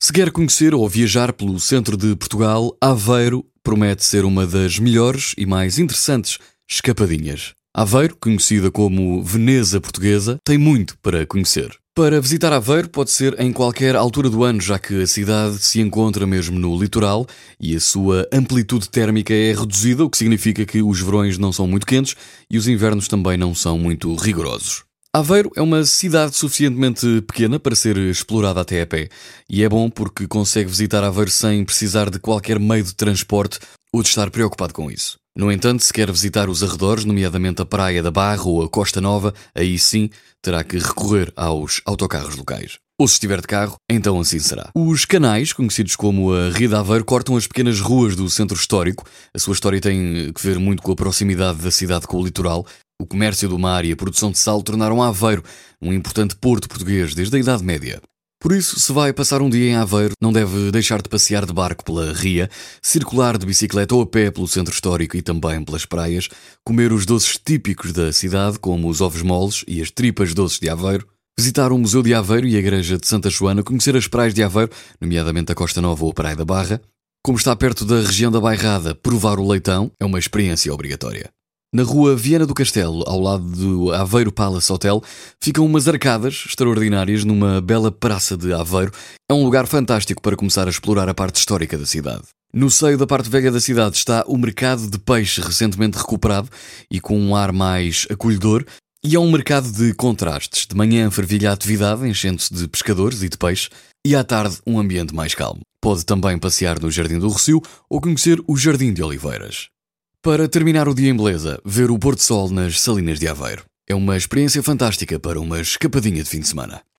Se quer conhecer ou viajar pelo centro de Portugal, Aveiro promete ser uma das melhores e mais interessantes escapadinhas. Aveiro, conhecida como Veneza Portuguesa, tem muito para conhecer. Para visitar Aveiro pode ser em qualquer altura do ano, já que a cidade se encontra mesmo no litoral e a sua amplitude térmica é reduzida, o que significa que os verões não são muito quentes e os invernos também não são muito rigorosos. Aveiro é uma cidade suficientemente pequena para ser explorada até a pé e é bom porque consegue visitar Aveiro sem precisar de qualquer meio de transporte ou de estar preocupado com isso. No entanto, se quer visitar os arredores, nomeadamente a Praia da Barra ou a Costa Nova, aí sim terá que recorrer aos autocarros locais. Ou se estiver de carro, então assim será. Os canais, conhecidos como a Ria de Aveiro, cortam as pequenas ruas do centro histórico. A sua história tem que ver muito com a proximidade da cidade com o litoral. O comércio do mar e a produção de sal tornaram Aveiro um importante porto português desde a Idade Média. Por isso, se vai passar um dia em Aveiro, não deve deixar de passear de barco pela ria, circular de bicicleta ou a pé pelo centro histórico e também pelas praias, comer os doces típicos da cidade, como os ovos moles e as tripas doces de Aveiro, visitar o Museu de Aveiro e a Igreja de Santa Joana, conhecer as praias de Aveiro, nomeadamente a Costa Nova ou a Praia da Barra. Como está perto da região da Bairrada, provar o leitão é uma experiência obrigatória. Na rua Viana do Castelo, ao lado do Aveiro Palace Hotel, ficam umas arcadas extraordinárias numa bela praça de Aveiro. É um lugar fantástico para começar a explorar a parte histórica da cidade. No seio da parte velha da cidade está o mercado de peixe recentemente recuperado e com um ar mais acolhedor. E é um mercado de contrastes. De manhã fervilha a atividade, enchendo-se de pescadores e de peixe, e à tarde um ambiente mais calmo. Pode também passear no Jardim do Rossio ou conhecer o Jardim de Oliveiras. Para terminar o dia em beleza, ver o pôr-do-sol nas Salinas de Aveiro. É uma experiência fantástica para uma escapadinha de fim de semana.